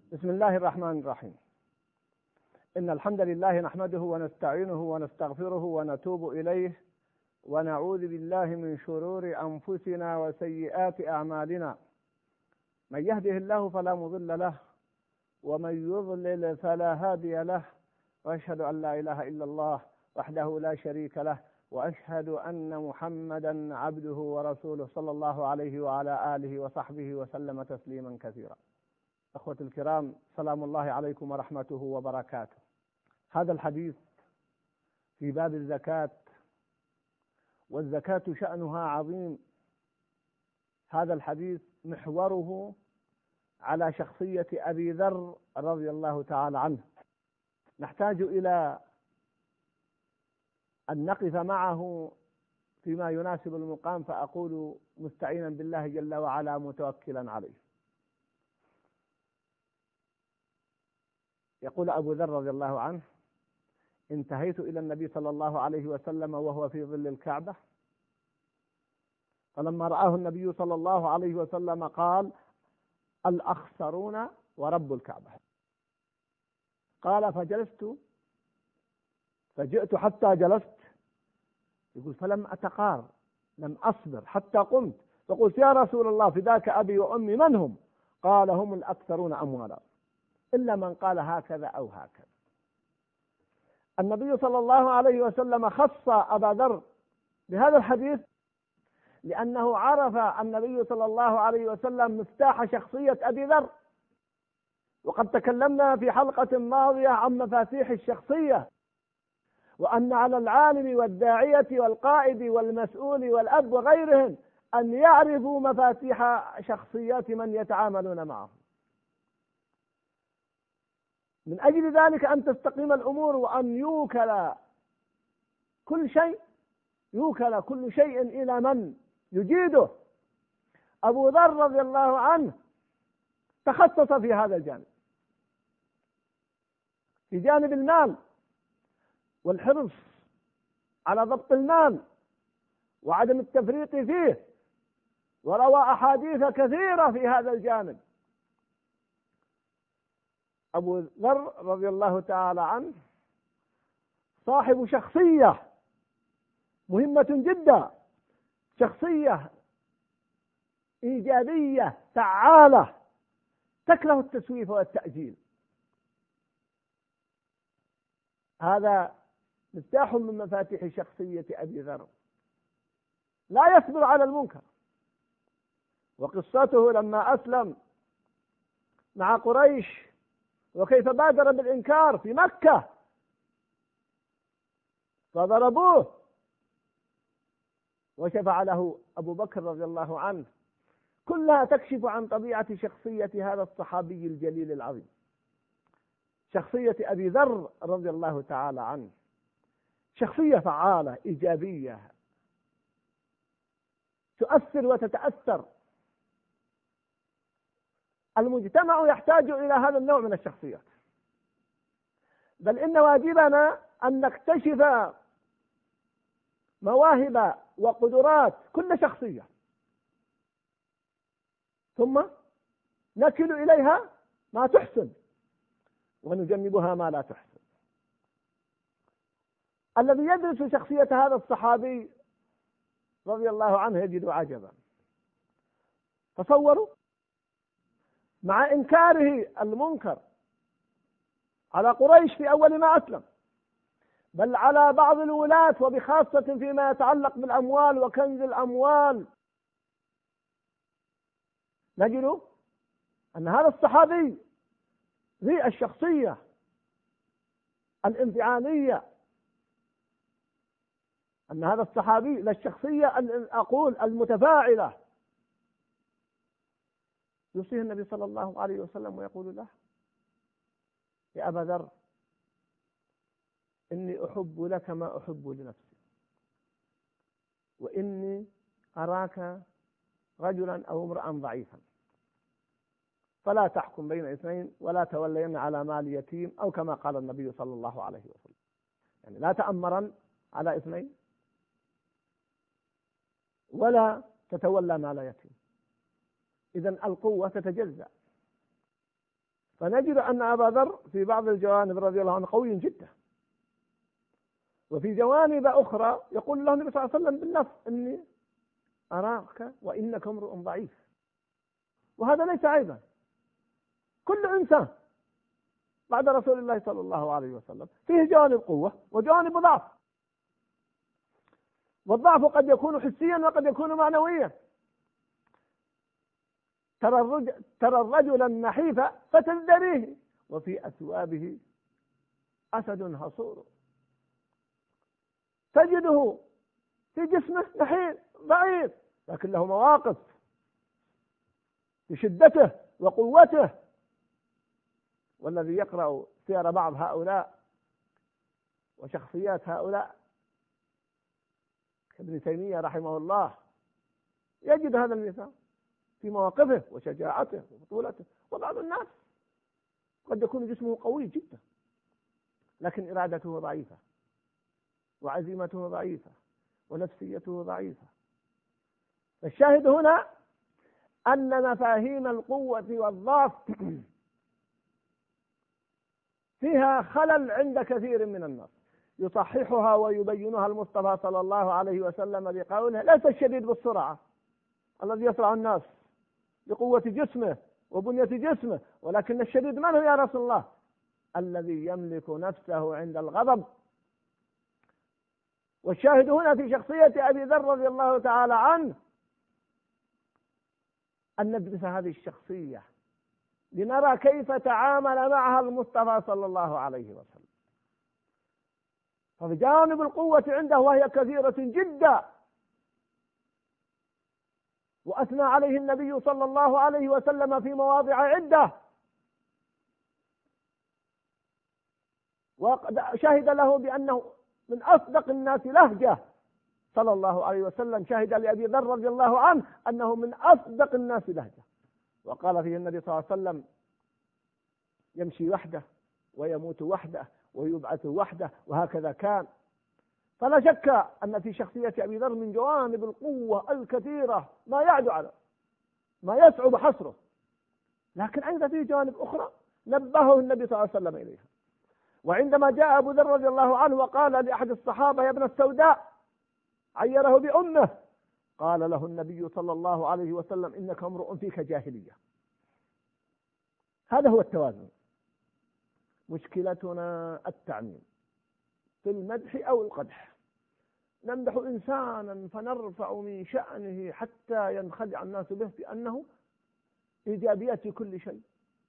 بسم الله الرحمن الرحيم. إن الحمد لله نحمده ونستعينه ونستغفره ونتوب إليه ونعوذ بالله من شرور أنفسنا وسيئات أعمالنا. من يهده الله فلا مضل له ومن يضلل فلا هادي له، وأشهد أن لا إله إلا الله وحده لا شريك له، وأشهد أن محمدا عبده ورسوله صلى الله عليه وعلى آله وصحبه وسلم تسليما كثيرا. أخوة الكرام، سلام الله عليكم ورحمته وبركاته. هذا الحديث في باب الزكاة، والزكاة شأنها عظيم. هذا الحديث محوره على شخصية أبي ذر رضي الله تعالى عنه. نحتاج إلى أن نقف معه فيما يناسب المقام، فأقول مستعينا بالله جل وعلا متوكلا عليه. يقول أبو ذر رضي الله عنه: انتهيت إلى النبي صلى الله عليه وسلم وهو في ظل الكعبة، فلما رآه النبي صلى الله عليه وسلم قال: الأخسرون ورب الكعبة. قال: فجئت حتى جلست. يقول: فلم أتقار، لم أصبر حتى قمت، فقلت: يا رسول الله، فداك أبي وأمي، من هم؟ قال: هم الأكثرون أموالا، إلا من قال هكذا أو هكذا. النبي صلى الله عليه وسلم خص أبا ذر بهذا الحديث لأنه عرف النبي صلى الله عليه وسلم مفتاح شخصية أبي ذر. وقد تكلمنا في حلقة ماضية عن مفاتيح الشخصية، وأن على العالم والداعية والقائد والمسؤول والأب وغيرهم أن يعرفوا مفاتيح شخصيات من يتعاملون معه. من أجل ذلك أن تستقيم الأمور، وأن يوكل كل شيء إلى من يجيده. أبو ذر رضي الله عنه تخصص في هذا الجانب، في جانب المال والحرص على ضبط المال وعدم التفريط فيه، وروى أحاديث كثيرة في هذا الجانب. أبو ذر رضي الله تعالى عنه صاحب شخصية مهمة جدا، شخصية إيجابية فعالة تكره التسويف والتأجيل. هذا مفتاح من مفاتيح شخصية أبي ذر. لا يصبر على المنكر. وقصته لما أسلم مع قريش، وكيف بادر بالإنكار في مكة فضربوه، وشفع له أبو بكر رضي الله عنه، كلها تكشف عن طبيعة شخصية هذا الصحابي الجليل العظيم، شخصية أبي ذر رضي الله تعالى عنه. شخصية فعالة إيجابية تؤثر وتتأثر. المجتمع يحتاج إلى هذا النوع من الشخصيات، بل إن واجبنا أن نكتشف مواهب وقدرات كل شخصية، ثم نكل إليها ما تحسن ونجنبها ما لا تحسن. الذي يدرس شخصية هذا الصحابي رضي الله عنه يجد عجبا. تصوروا، مع إنكاره المنكر على قريش في أول ما أسلم، بل على بعض الولاة، وبخاصة فيما يتعلق بالأموال وكنز الأموال، نجد أن هذا الصحابي ذي الشخصية الانفعالية، أن هذا الصحابي للشخصية أقول المتفاعلة. يوصيه النبي صلى الله عليه وسلم ويقول له: يا أبا ذر، إني أحب لك ما أحب لنفسي، وإني أراك رجلا أو امرأ ضعيفا، فلا تحكم بين اثنين ولا تولين على مال يتيم، أو كما قال النبي صلى الله عليه وسلم، يعني لا تأمرن على اثنين ولا تتولى مال يتيم. إذن القوة تتجزأ، فنجد أن أبا ذر في بعض الجوانب رضي الله عنه قوي جدا، وفي جوانب أخرى يقول له النبي صلى الله عليه وسلم بالنص إني أراك وإنك امرؤ ضعيف، وهذا ليس عيبا. كل إنسان بعد رسول الله صلى الله عليه وسلم فيه جوانب قوة وجوانب ضعف، والضعف قد يكون حسيا وقد يكون معنويا. ترى الرجل النحيف فتزدريه وفي أثوابه أسد هصور، تجده في جسمه نحيف ضعيف لكن له مواقف بشدته وقوته. والذي يقرأ سير بعض هؤلاء وشخصيات هؤلاء ابن تيمية رحمه الله يجد هذا المثال في مواقفه وشجاعته وبطولته. وبعض الناس قد يكون جسمه قوي جدا لكن إرادته ضعيفة وعزيمته ضعيفة ونفسيته ضعيفة. الشاهد هنا أن مفاهيم القوة والضعف فيها خلل عند كثير من الناس، يصححها ويبينها المصطفى صلى الله عليه وسلم بقوله: ليس الشديد بالسرعة الذي يسرع الناس بقوة جسمه وبنية جسمه، ولكن الشديد من هو يا رسول الله؟ الذي يملك نفسه عند الغضب. والشاهد هنا في شخصية أبي ذر رضي الله تعالى عنه أن ندرس هذه الشخصية لنرى كيف تعامل معها المصطفى صلى الله عليه وسلم. فبجانب القوة عنده وهي كثيرة جدا، وأثنى عليه النبي صلى الله عليه وسلم في مواضع عدة، وشهد له بأنه من أصدق الناس لهجة صلى الله عليه وسلم. شهد لأبي ذر رضي الله عنه أنه من أصدق الناس لهجة، وقال فيه النبي صلى الله عليه وسلم: يمشي وحده ويموت وحده ويبعث وحده، وهكذا كان. فلا شك أن في شخصية أبي ذر من جوانب القوة الكثيرة ما يعدو على ما يصعب حصره، لكن أيضا في جوانب أخرى نبهه النبي صلى الله عليه وسلم إليها. وعندما جاء أبو ذر رضي الله عنه وقال لأحد الصحابة: يا ابن السوداء، عيره بأمه، قال له النبي صلى الله عليه وسلم: إنك امرؤ فيك جاهلية. هذا هو التوازن. مشكلتنا التعميم في المدح أو القدح. نمدح إنسانا فنرفع من شأنه حتى ينخدع الناس به بأنه إيجابيات في كل شيء،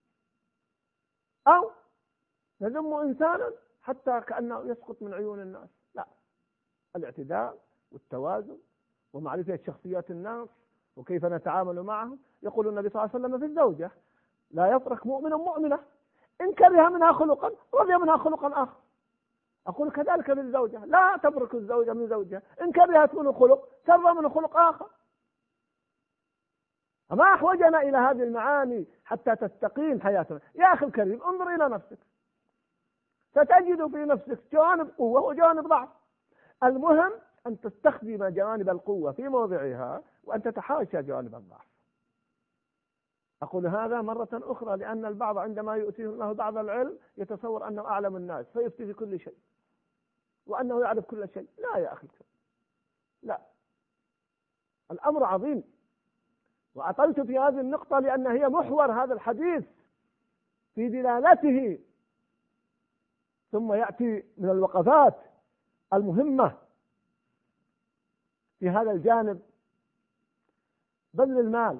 أو نذم إنسانا حتى كأنه يسقط من عيون الناس. لا، الاعتدال والتوازن ومعرفة شخصيات الناس وكيف نتعامل معهم. يقول النبي صلى الله عليه وسلم في الزوجة: لا يفرق مؤمن مؤمنة إن كره منها خلقا رضي منها خلقا آخر. أقول كذلك للزوجة: لا تفرق الزوجة من زوجها إن كرهت منه خلق ترضى منه خلق آخر. فما أحوجنا إلى هذه المعاني حتى تستقيم حياتنا. يا أخي الكريم، انظر إلى نفسك، ستجد في نفسك جوانب قوة وجوانب ضعف. المهم أن تستخدم جوانب القوة في موضعها وأن تتحاشى جوانب الضعف. أقول هذا مرة أخرى لأن البعض عندما يؤتيه الله بعض العلم يتصور أنه أعلم الناس فيفتي في كل شيء وأنه يعرف كل شيء. لا يا أخي، لا، الأمر عظيم. وأطلت في هذه النقطة لأن هي محور هذا الحديث في دلالته، ثم يأتي من الوقفات المهمة في هذا الجانب بذل المال.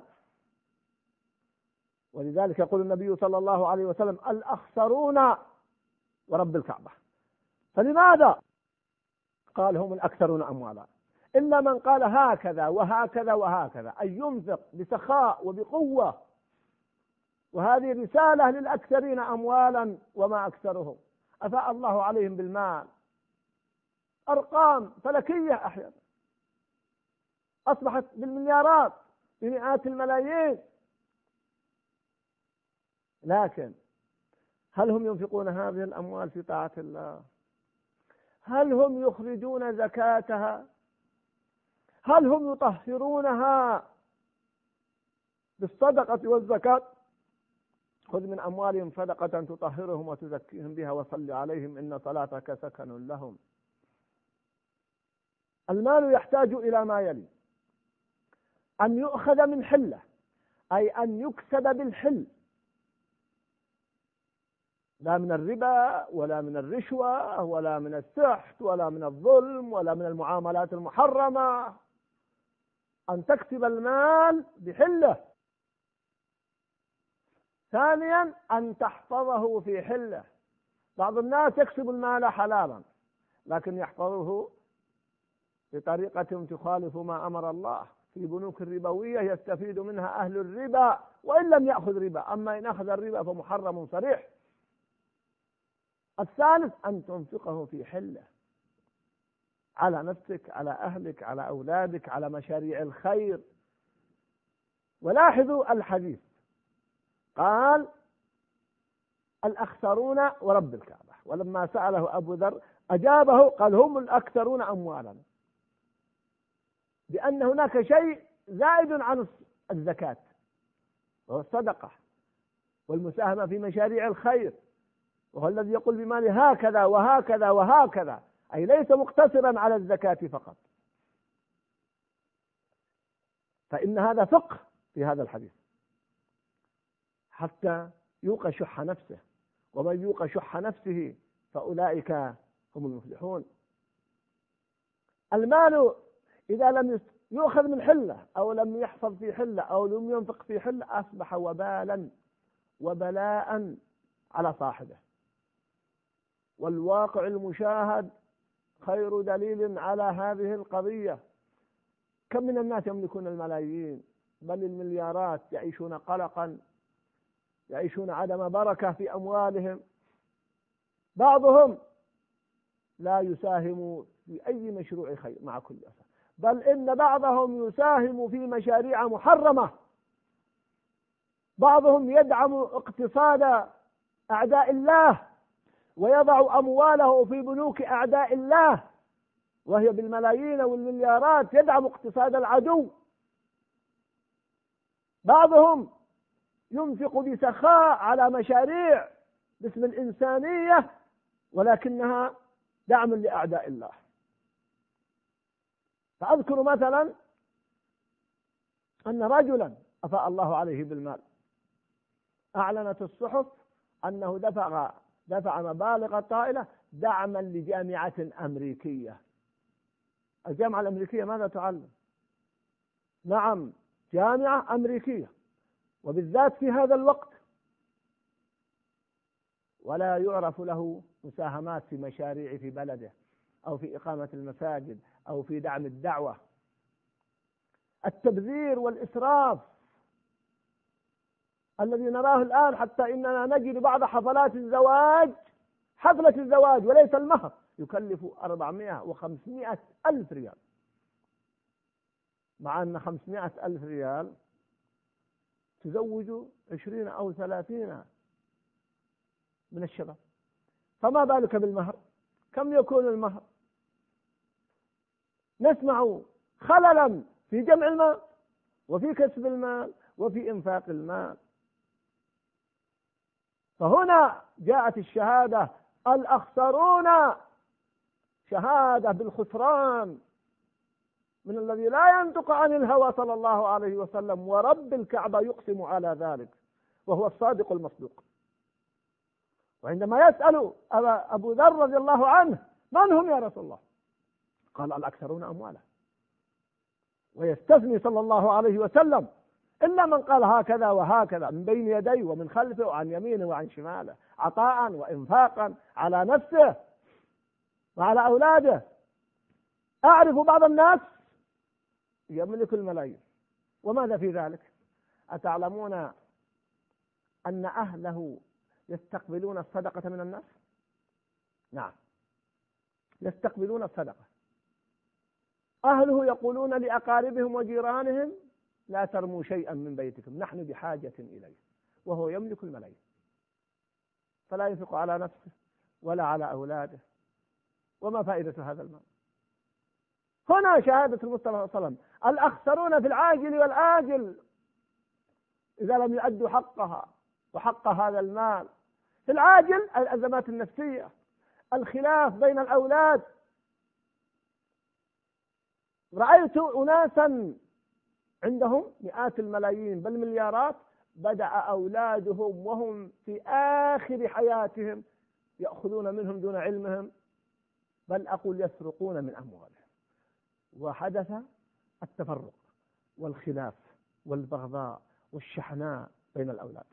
ولذلك يقول النبي صلى الله عليه وسلم: الأخسرون ورب الكعبة. فلماذا؟ قال: هم الأكثرون أموالا، إلا من قال هكذا وهكذا وهكذا، أي ينفق بسخاء وبقوة. وهذه رسالة للأكثرين أموالا وما أكثرهم. أفاء الله عليهم بالمال، أرقام فلكية أحيانا أصبحت بالمليارات بمئات الملايين، لكن هل هم ينفقون هذه الأموال في طاعة الله؟ هل هم يخرجون زكاتها؟ هل هم يطهرونها بالصدقة والزكاة خذ من أموالهم صدقة تطهرهم وتزكيهم بها وصل عليهم إن صلاتك سكن لهم. المال يحتاج إلى ما يلي: أن يؤخذ من حلة، أي أن يكسب بالحل، لا من الربا ولا من الرشوة ولا من السحت ولا من الظلم ولا من المعاملات المحرمة، أن تكسب المال بحلة. ثانيا أن تحفظه في حلة. بعض الناس يكسب المال حلالا لكن يحفظه بطريقة تخالف ما أمر الله. في بنوك الربوية يستفيد منها أهل الربا وإن لم يأخذ ربا، أما إن أخذ الربا فمحرم صريح. الثالث أن تنفقه في حلة، على نفسك، على أهلك، على أولادك، على مشاريع الخير. ولاحظوا الحديث، قال: الأخسرون ورب الكعبة. ولما سأله أبو ذر أجابه قال: هم الأكثرون أموالا، بأن هناك شيء زائد عن الزكاة وهو الصدقة والمساهمة في مشاريع الخير، وهو الذي يقول بماله هكذا وهكذا وهكذا، أي ليس مقتصرا على الزكاة فقط. فإن هذا فقه في هذا الحديث حتى يوقى شح نفسه، ومن يوقى شح نفسه فأولئك هم المفلحون. المال إذا لم يؤخذ من حلة أو لم يحفظ في حلة أو لم ينفق في حلة أصبح وبالا وبلاء على صاحبه. والواقع المشاهد خير دليل على هذه القضية. كم من الناس يملكون الملايين بل المليارات، يعيشون قلقا، يعيشون عدم بركة في أموالهم. بعضهم لا يساهم في أي مشروع خير مع كل أسف، بل إن بعضهم يساهم في مشاريع محرمة. بعضهم يدعم اقتصاد أعداء الله ويضع أمواله في بنوك أعداء الله، وهي بالملايين والمليارات يدعم اقتصاد العدو. بعضهم ينفق بسخاء على مشاريع باسم الإنسانية ولكنها دعم لأعداء الله. فأذكر مثلا أن رجلا أفاء الله عليه بالمال أعلنت الصحف أنه دفع مبالغ طائلة دعما لجامعة أمريكية. الجامعة الأمريكية ماذا تعلم؟ نعم، جامعة أمريكية، وبالذات في هذا الوقت، ولا يعرف له مساهمات في مشاريع في بلده أو في إقامة المساجد أو في دعم الدعوة. التبذير والإسراف الذي نراه الآن، حتى إننا نجد بعض حفلات الزواج، حفلة الزواج وليس المهر، يكلف 400 و500 ألف ريال، مع أن 500 ألف ريال تزوج 20 أو 30 من الشباب، فما بالك بالمهر؟ كم يكون المهر؟ نسمع خللا في جمع المال وفي كسب المال وفي إنفاق المال. فهنا جاءت الشهادة: الأخسرون، شهادة بالخسران من الذي لا ينطق عن الهوى صلى الله عليه وسلم، ورب الكعبة يقسم على ذلك وهو الصادق المصدوق. وعندما يسأل أبو ذر رضي الله عنه: من هم يا رسول الله؟ قال: الأكثرون أموالا. ويستثني صلى الله عليه وسلم إلا من قال هكذا وهكذا من بين يديه ومن خلفه وعن يمينه وعن شماله، عطاء وإنفاقا على نفسه وعلى أولاده. أعرف بعض الناس يملك الملايين، وماذا في ذلك؟ أتعلمون أن أهله يستقبلون الصدقة من الناس؟ نعم، يستقبلون الصدقة. أهله يقولون لأقاربهم وجيرانهم: لا ترموا شيئا من بيتكم، نحن بحاجة إليه، وهو يملك الملايين، فلا ينفق على نفسه ولا على أولاده. وما فائدة هذا المال؟ هنا شهادة المصطفى صلى الله عليه وسلم: الأخسرون في العاجل والآجل إذا لم يؤدوا حقها. وحق هذا المال. في العاجل الأزمات النفسية، الخلاف بين الأولاد. رأيت أناسا عندهم مئات الملايين بل مليارات، بدأ أولادهم وهم في آخر حياتهم يأخذون منهم دون علمهم، بل أقول يسرقون من أموالهم. وحدث التفرق والخلاف والبغضاء والشحناء بين الأولاد،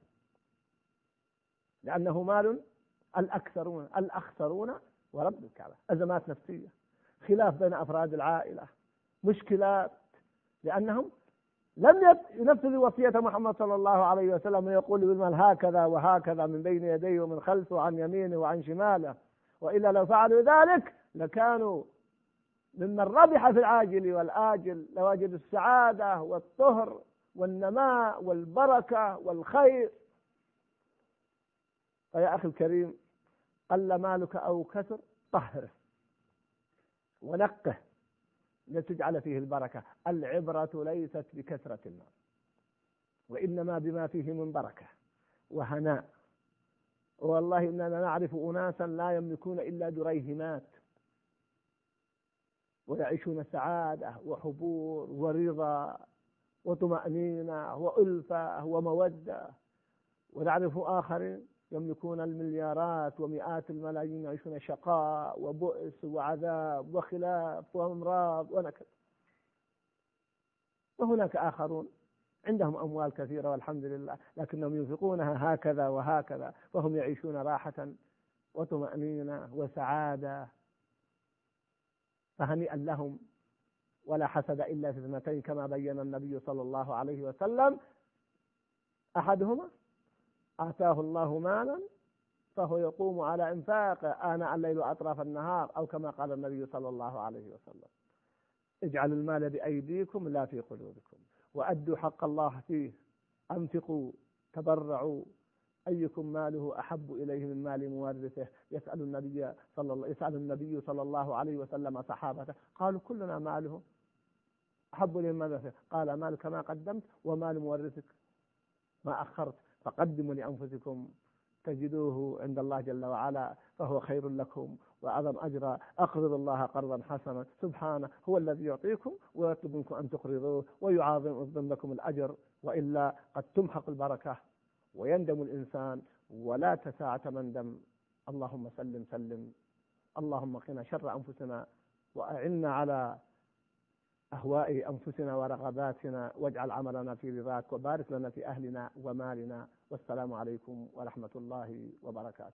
لأنه مال الأخسرون ورب الكعبة. أزمات نفسية، خلاف بين أفراد العائلة، مشكلات، لأنهم لم ينفذوا وصية محمد صلى الله عليه وسلم ويقول بالمال هكذا وهكذا من بين يديه ومن خلفه وعن يمينه وعن شماله، وإلا لو فعلوا ذلك لكانوا ممن ربح في العاجل والآجل، لوجد السعادة والطهر والنماء والبركة والخير. فيا أخي الكريم، قل مالك أو كثر طهره ونقه لتجعل فيه البركة. العبرة ليست بكثرة المال، وإنما بما فيه من بركة وهناء. والله إننا نعرف أناسا لا يملكون إلا دريهمات ويعيشون سعادة وحبور ورضا وطمأنينة وألفة ومودة، ونعرف آخرين يملكون المليارات ومئات الملايين يعيشون شقاء وبؤس وعذاب وخلاف وأمراض ونكد. وهناك آخرون عندهم أموال كثيرة والحمد لله، لكنهم ينفقونها هكذا وهكذا، وهم يعيشون راحة وطمأنينة وسعادة. فهنيئا لهم، ولا حسد إلا في اثنتين كما بين النبي صلى الله عليه وسلم: أحدهما آتاه الله مالا فهو يقوم على إنفاقه آناء الليل وأطراف النهار، أو كما قال النبي صلى الله عليه وسلم: اجعلوا المال بأيديكم لا في قلوبكم، وأدوا حق الله فيه، أنفقوا، تبرعوا، أيكم ماله أحب إليه من مال مورثه. يسأل النبي صلى الله عليه وسلم صحابته، قالوا: كلنا ماله أحب إليه من مورثه. قال: مالك ما قدمت، ومال مورثك ما أخرت، فقدموا لأنفسكم تجدوه عند الله جل وعلا فهو خير لكم وأعظم أجرا. أقرضوا الله قرضا حسنا، سبحانه هو الذي يعطيكم ويطلب منكم أن تقرضوه ويعظم لكم الأجر، وإلا قد تمحق البركة ويندم الإنسان ولا تساعة مندم. اللهم سلم سلم، اللهم قنا شر أنفسنا وأعنا على أهواء أنفسنا ورغباتنا، واجعل عملنا في رضاك، وبارك لنا في أهلنا ومالنا. والسلام عليكم ورحمة الله وبركاته.